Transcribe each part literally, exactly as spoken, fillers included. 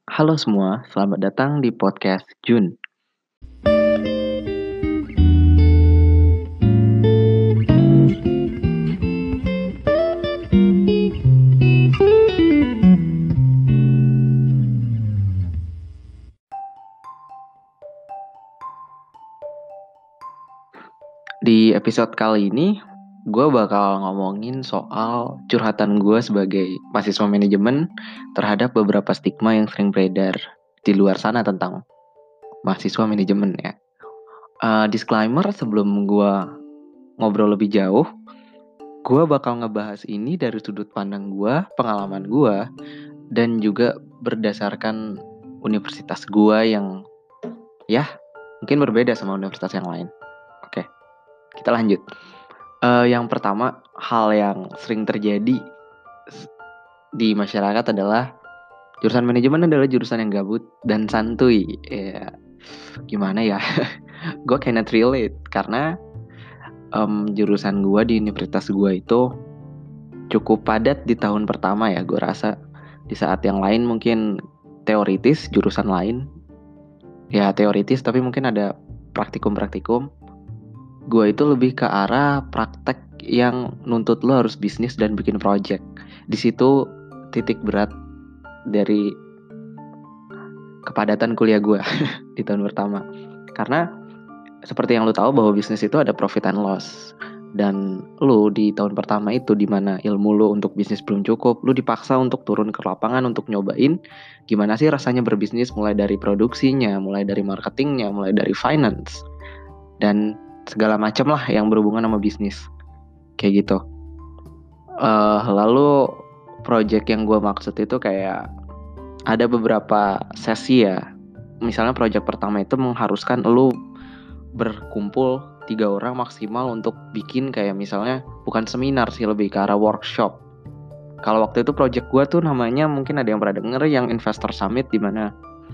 Halo semua, selamat datang di podcast Jun. Di episode kali ini, gue bakal ngomongin soal curhatan gue sebagai mahasiswa manajemen terhadap beberapa stigma yang sering beredar di luar sana tentang mahasiswa manajemen ya. Uh, disclaimer sebelum gue ngobrol lebih jauh, gue bakal ngebahas ini dari sudut pandang gue, pengalaman gue, dan juga berdasarkan universitas gue yang ya mungkin berbeda sama universitas yang lain. Oke, kita lanjut. Uh, yang pertama, hal yang sering terjadi di masyarakat adalah jurusan manajemen adalah jurusan yang gabut dan santuy. Ya, gimana ya? Gue cannot relate karena um, jurusan gue di universitas gue itu cukup padat di tahun pertama ya. Gue rasa di saat yang lain mungkin teoritis jurusan lain, ya teoritis tapi mungkin ada praktikum-praktikum. Gue itu lebih ke arah praktek yang nuntut lo harus bisnis dan bikin project. Di situ titik berat dari kepadatan kuliah gue di tahun pertama. Karena seperti yang lo tahu bahwa bisnis itu ada profit and loss. Dan lo di tahun pertama itu dimana ilmu lo untuk bisnis belum cukup, lo dipaksa untuk turun ke lapangan untuk nyobain gimana sih rasanya berbisnis, mulai dari produksinya, mulai dari marketingnya, mulai dari finance. Dan segala macam lah yang berhubungan sama bisnis kayak gitu. Uh, lalu project yang gue maksud itu kayak ada beberapa sesi ya. Misalnya project pertama itu mengharuskan lu berkumpul tiga orang maksimal untuk bikin kayak misalnya bukan seminar sih, lebih ke arah workshop. Kalau waktu itu project gue tuh namanya mungkin ada yang pernah denger yang Investor Summit, di mana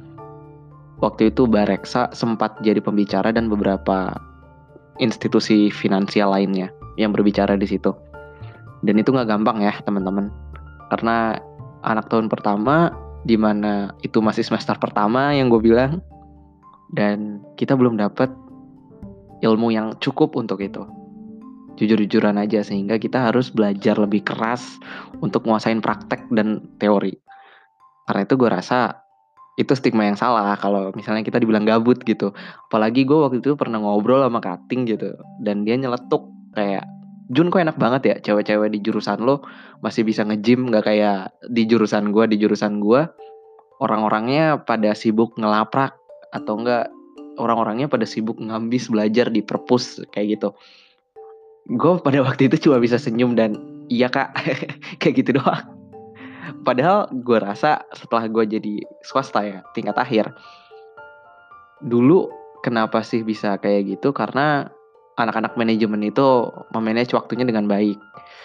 waktu itu Bareksa sempat jadi pembicara dan beberapa institusi finansial lainnya yang berbicara di situ. Dan itu nggak gampang ya teman-teman, karena anak tahun pertama, di mana itu masih semester pertama yang gue bilang, dan kita belum dapat ilmu yang cukup untuk itu. Jujur-jujuran aja, sehingga kita harus belajar lebih keras untuk nguasain praktek dan teori. Karena itu gue rasa itu stigma yang salah kalau misalnya kita dibilang gabut gitu. Apalagi gue waktu itu pernah ngobrol sama Kating gitu, dan dia nyeletuk kayak, Jun kok enak banget ya cewek-cewek di jurusan lo masih bisa nge-gym, gak kayak di jurusan gue. Di jurusan gue orang-orangnya pada sibuk ngelaprak, atau enggak orang-orangnya pada sibuk ngambis belajar di perpus kayak gitu. Gue pada waktu itu cuma bisa senyum dan iya kak kayak gitu doang. Padahal gue rasa setelah gue jadi swasta ya tingkat akhir, dulu kenapa sih bisa kayak gitu, karena anak-anak manajemen itu memanage waktunya dengan baik.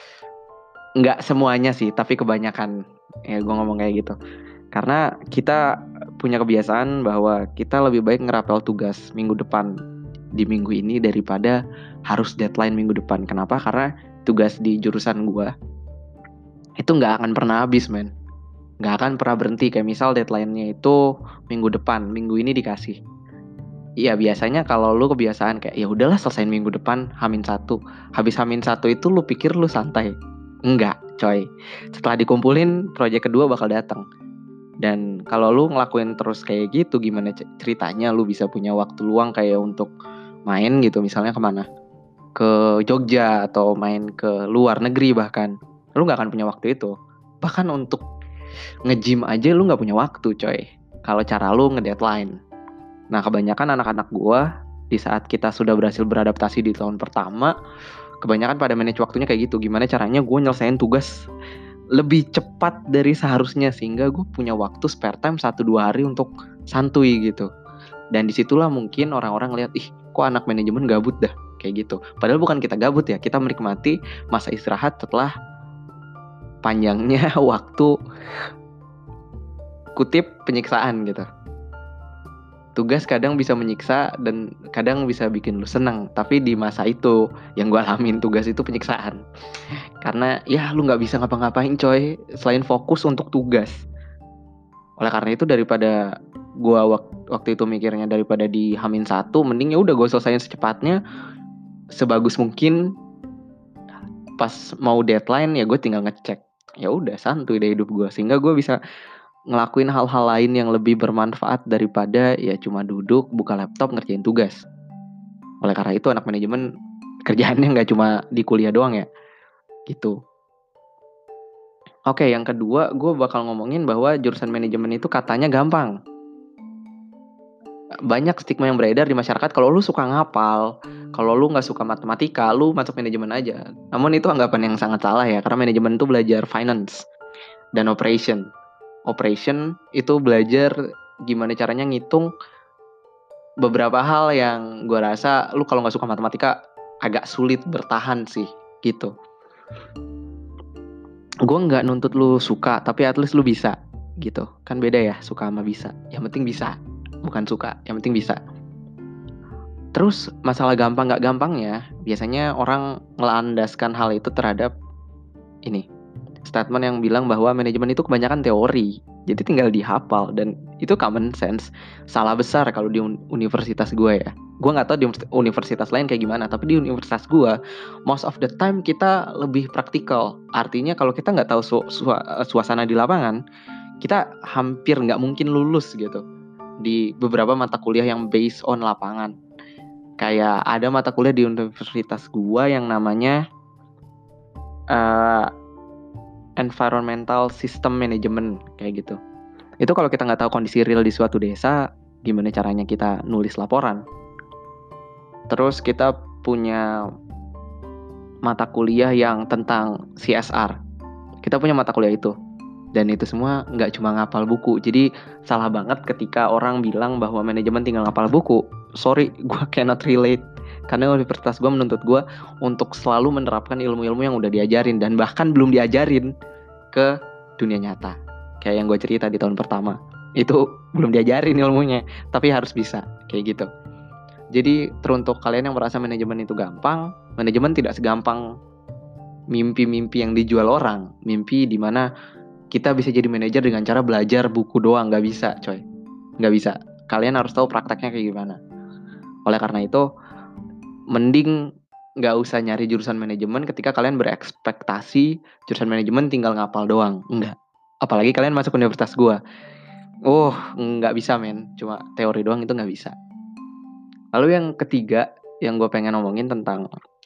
Nggak semuanya sih, tapi kebanyakan ya gue ngomong kayak gitu. Karena kita punya kebiasaan bahwa kita lebih baik ngerapel tugas minggu depan di minggu ini daripada harus deadline minggu depan. Kenapa? Karena tugas di jurusan gue itu nggak akan pernah habis, men. Nggak akan pernah berhenti. Kayak misal deadline-nya itu minggu depan, minggu ini dikasih. Iya, biasanya kalau lu kebiasaan kayak ya udahlah selesai minggu depan, hamin satu. Habis hamin satu itu lu pikir lu santai. Enggak, coy. Setelah dikumpulin, proyek kedua bakal datang. Dan kalau lu ngelakuin terus kayak gitu, gimana ceritanya lu bisa punya waktu luang kayak untuk main gitu, misalnya kemana? Ke Jogja atau main ke luar negeri bahkan. Lu gak akan punya waktu itu. Bahkan untuk nge-gym aja lu gak punya waktu, coy. Kalau cara lu nge-deadline. Nah, kebanyakan anak-anak gua di saat kita sudah berhasil beradaptasi di tahun pertama, kebanyakan pada manage waktunya kayak gitu. Gimana caranya gue nyelesain tugas lebih cepat dari seharusnya, sehingga gue punya waktu spare time satu dua hari untuk santuy gitu. Dan disitulah mungkin orang-orang ngeliat, ih kok anak manajemen gabut dah, kayak gitu. Padahal bukan kita gabut ya, kita menikmati masa istirahat setelah panjangnya waktu kutip penyiksaan gitu. Tugas kadang bisa menyiksa dan kadang bisa bikin lu senang, tapi di masa itu yang gue alamin tugas itu penyiksaan. Karena ya lu gak bisa ngapa-ngapain coy selain fokus untuk tugas. Oleh karena itu daripada gue wak- waktu itu mikirnya daripada di Hamin satu, mending ya udah gue selesain secepatnya, sebagus mungkin. Pas mau deadline ya gue tinggal ngecek, ya udah santuy deh hidup gue, sehingga gue bisa ngelakuin hal-hal lain yang lebih bermanfaat daripada ya cuma duduk buka laptop ngerjain tugas. Oleh karena itu anak manajemen kerjaannya nggak cuma di kuliah doang ya gitu. Oke, yang kedua gue bakal ngomongin bahwa jurusan manajemen itu katanya gampang. Banyak stigma yang beredar di masyarakat kalau lu suka ngapal, kalau lu nggak suka matematika, lu masuk manajemen aja. Namun itu anggapan yang sangat salah ya, karena manajemen itu belajar finance dan operation. Operation itu belajar gimana caranya ngitung beberapa hal yang gue rasa lu kalau nggak suka matematika agak sulit bertahan sih gitu. Gue nggak nuntut lu suka, tapi at least lu bisa gitu. Kan beda ya suka sama bisa. Yang penting bisa, bukan suka. Yang penting bisa. Terus masalah gampang nggak gampangnya, biasanya orang melandaskan hal itu terhadap ini statement yang bilang bahwa manajemen itu kebanyakan teori, jadi tinggal dihafal, dan itu common sense. Salah besar kalau di universitas gue ya. Gue nggak tahu di universitas lain kayak gimana, tapi di universitas gue most of the time kita lebih praktikal. Artinya kalau kita nggak tahu su- su- suasana di lapangan, kita hampir nggak mungkin lulus gitu di beberapa mata kuliah yang based on lapangan. Kayak ada mata kuliah di universitas gua yang namanya uh, Environmental System Management kayak gitu. Itu kalau kita nggak tahu kondisi real di suatu desa, gimana caranya kita nulis laporan. Terus kita punya mata kuliah yang tentang C S R. Kita punya mata kuliah itu. Dan itu semua nggak cuma ngapal buku. Jadi salah banget ketika orang bilang bahwa manajemen tinggal ngapal buku. Sorry, gue cannot relate. Karena universitas gue menuntut gue untuk selalu menerapkan ilmu-ilmu yang udah diajarin. Dan bahkan belum diajarin ke dunia nyata. Kayak yang gue cerita di tahun pertama. Itu belum diajarin ilmunya. Tapi harus bisa. Kayak gitu. Jadi teruntuk kalian yang merasa manajemen itu gampang, manajemen tidak segampang mimpi-mimpi yang dijual orang. Mimpi di mana kita bisa jadi manajer dengan cara belajar buku doang. Gak bisa coy, gak bisa. Kalian harus tahu prakteknya kayak gimana. Oleh karena itu mending gak usah nyari jurusan manajemen ketika kalian berekspektasi jurusan manajemen tinggal ngapal doang. Enggak. Apalagi kalian masuk universitas gue, oh gak bisa men, cuma teori doang itu gak bisa. Lalu yang ketiga yang gue pengen ngomongin tentang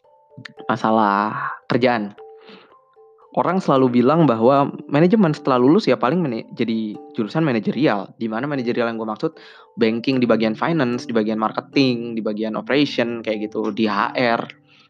masalah kerjaan. Orang selalu bilang bahwa manajemen setelah lulus ya paling mana- jadi jurusan manajerial. Di mana manajerial yang gue maksud banking di bagian finance, di bagian marketing, di bagian operation kayak gitu, di H R.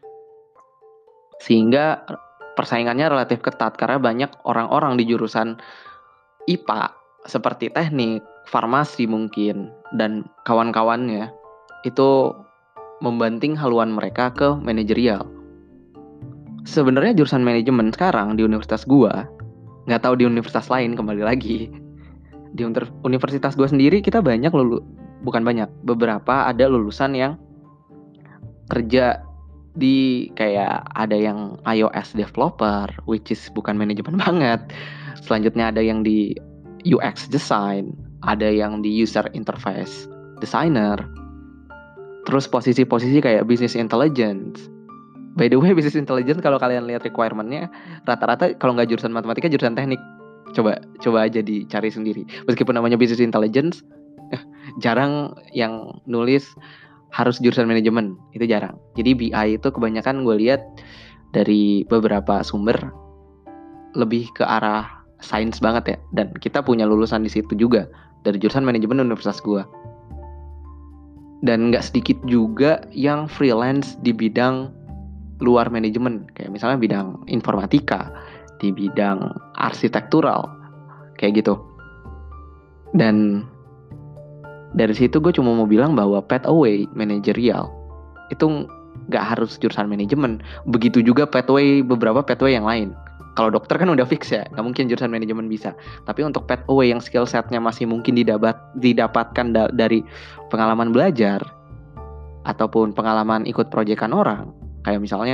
Sehingga persaingannya relatif ketat karena banyak orang-orang di jurusan I P A seperti teknik, farmasi mungkin dan kawan-kawannya itu membanting haluan mereka ke manajerial. Sebenarnya jurusan manajemen sekarang di universitas gua, nggak tahu di universitas lain, kembali lagi di unter- universitas gua sendiri kita banyak lulu bukan banyak beberapa ada lulusan yang kerja di kayak ada yang iOS developer, which is bukan manajemen banget. Selanjutnya ada yang di U X design, ada yang di user interface designer, terus posisi-posisi kayak business intelligence. By the way, business intelligence kalau kalian lihat requirement-nya, rata-rata kalau nggak jurusan matematika, jurusan teknik. Coba coba aja dicari sendiri. Meskipun namanya business intelligence, eh, jarang yang nulis harus jurusan manajemen. Itu jarang. Jadi B I itu kebanyakan gue lihat dari beberapa sumber lebih ke arah sains banget ya. Dan kita punya lulusan di situ juga dari jurusan manajemen universitas gue. Dan nggak sedikit juga yang freelance di bidang luar manajemen, kayak misalnya bidang informatika, di bidang arsitektural, kayak gitu. Dan dari situ gue cuma mau bilang bahwa pathway manajerial itu nggak harus jurusan manajemen. Begitu juga pathway beberapa pathway yang lain. Kalau dokter kan udah fix ya, nggak mungkin jurusan manajemen bisa. Tapi untuk pathway yang skill setnya masih mungkin didapat didapatkan da- dari pengalaman belajar ataupun pengalaman ikut proyekan orang, kayak misalnya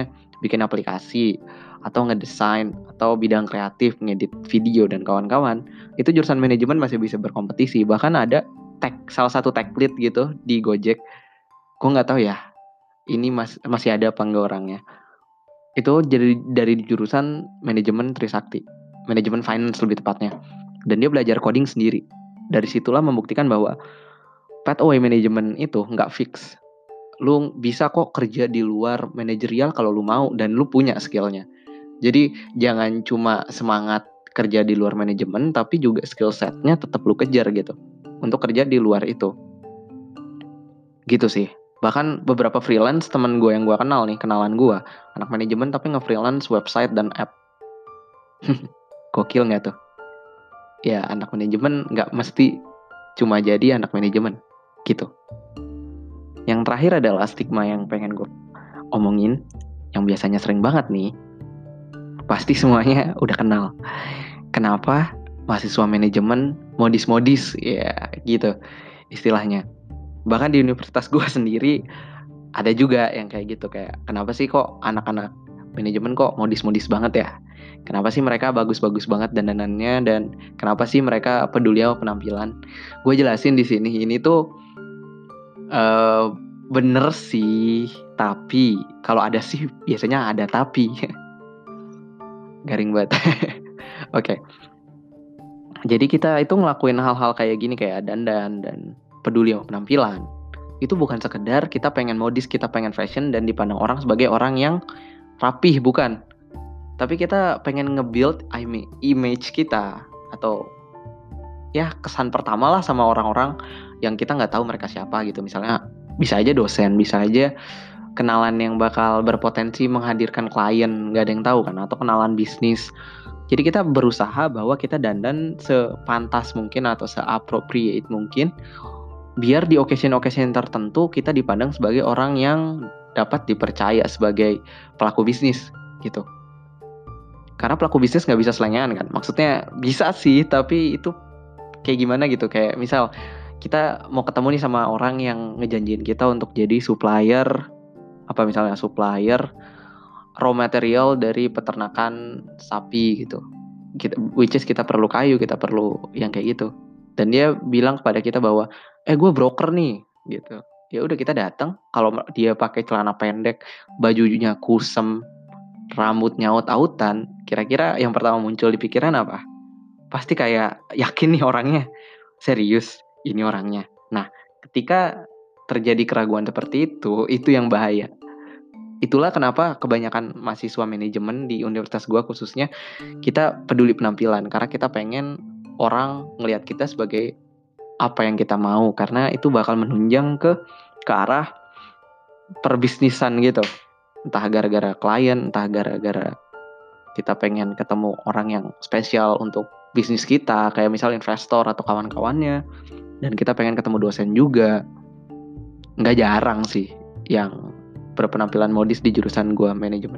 bikin aplikasi, atau ngedesain, atau bidang kreatif, ngedit video dan kawan-kawan, itu jurusan manajemen masih bisa berkompetisi. Bahkan ada tech, salah satu tech lead gitu di Gojek. Gue nggak tahu ya, ini mas, masih ada apa enggak orangnya. Itu jadi dari jurusan manajemen Trisakti, manajemen finance lebih tepatnya. Dan dia belajar coding sendiri. Dari situlah membuktikan bahwa pathway manajemen itu nggak fix. Lu bisa kok kerja di luar manajerial kalau lu mau dan lu punya skillnya. Jadi jangan cuma semangat kerja di luar manajemen, tapi juga skill setnya tetap lu kejar gitu untuk kerja di luar itu. Gitu sih. Bahkan beberapa freelance temen gue yang gue kenal nih, kenalan gue, anak manajemen tapi nge-freelance website dan app. Gokil nggak tuh? Ya anak manajemen nggak mesti cuma jadi anak manajemen gitu. Yang terakhir adalah stigma yang pengen gue omongin, yang biasanya sering banget nih. Pasti semuanya udah kenal. Kenapa mahasiswa manajemen modis-modis ya gitu istilahnya. Bahkan di universitas gue sendiri ada juga yang kayak gitu, kayak kenapa sih kok anak-anak manajemen kok modis-modis banget ya? Kenapa sih mereka bagus-bagus banget dandanannya, dan kenapa sih mereka peduli sama penampilan? Gue jelasin di sini, ini tuh uh, bener sih, tapi kalau ada sih biasanya ada tapi. Garing banget. Oke. Okay. Jadi kita itu ngelakuin hal-hal kayak gini, kayak dandan dan peduli sama penampilan. Itu bukan sekedar kita pengen modis, kita pengen fashion dan dipandang orang sebagai orang yang rapih, bukan. Tapi kita pengen nge-build image kita, atau ya kesan pertama lah sama orang-orang yang kita nggak tahu mereka siapa gitu. Misalnya bisa aja dosen, bisa aja kenalan yang bakal berpotensi menghadirkan klien, nggak ada yang tahu kan, atau kenalan bisnis. Jadi kita berusaha bahwa kita dandan sepantas mungkin atau se-appropriate mungkin, biar di occasion-occasion tertentu kita dipandang sebagai orang yang dapat dipercaya sebagai pelaku bisnis gitu. Karena pelaku bisnis nggak bisa selengean kan. Maksudnya bisa sih, tapi itu kayak gimana gitu. Kayak misal kita mau ketemu nih sama orang yang ngejanjiin kita untuk jadi supplier, apa misalnya supplier raw material dari peternakan sapi gitu. Kita, which is kita perlu kayu, kita perlu yang kayak gitu. Dan dia bilang kepada kita bahwa, eh gue broker nih gitu. Ya udah kita datang, kalau dia pakai celana pendek, bajunya kusem, rambutnya aut-autan, kira-kira yang pertama muncul di pikiran apa? Pasti kayak yakin nih orangnya, serius ini orangnya. Nah, ketika terjadi keraguan seperti itu, itu yang bahaya. Itulah kenapa kebanyakan mahasiswa manajemen di universitas gua khususnya, kita peduli penampilan, karena kita pengen orang ngelihat kita sebagai apa yang kita mau, karena itu bakal menunjang ke ke arah perbisnisan gitu. Entah gara-gara klien, entah gara-gara kita pengen ketemu orang yang spesial untuk bisnis kita, kayak misal investor atau kawan-kawannya, dan kita pengen ketemu dosen juga. Nggak jarang sih yang berpenampilan modis di jurusan gue manajemen.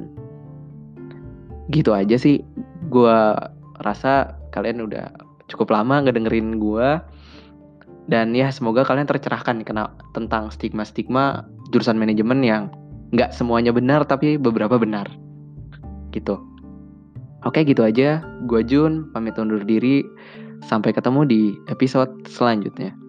Gitu aja sih, gue rasa kalian udah cukup lama ngedengerin gue, dan ya semoga kalian tercerahkan nih kena tentang stigma-stigma jurusan manajemen yang nggak semuanya benar tapi beberapa benar gitu. Oke, gitu aja. Gue Jun, pamit undur diri. Sampai ketemu di episode selanjutnya.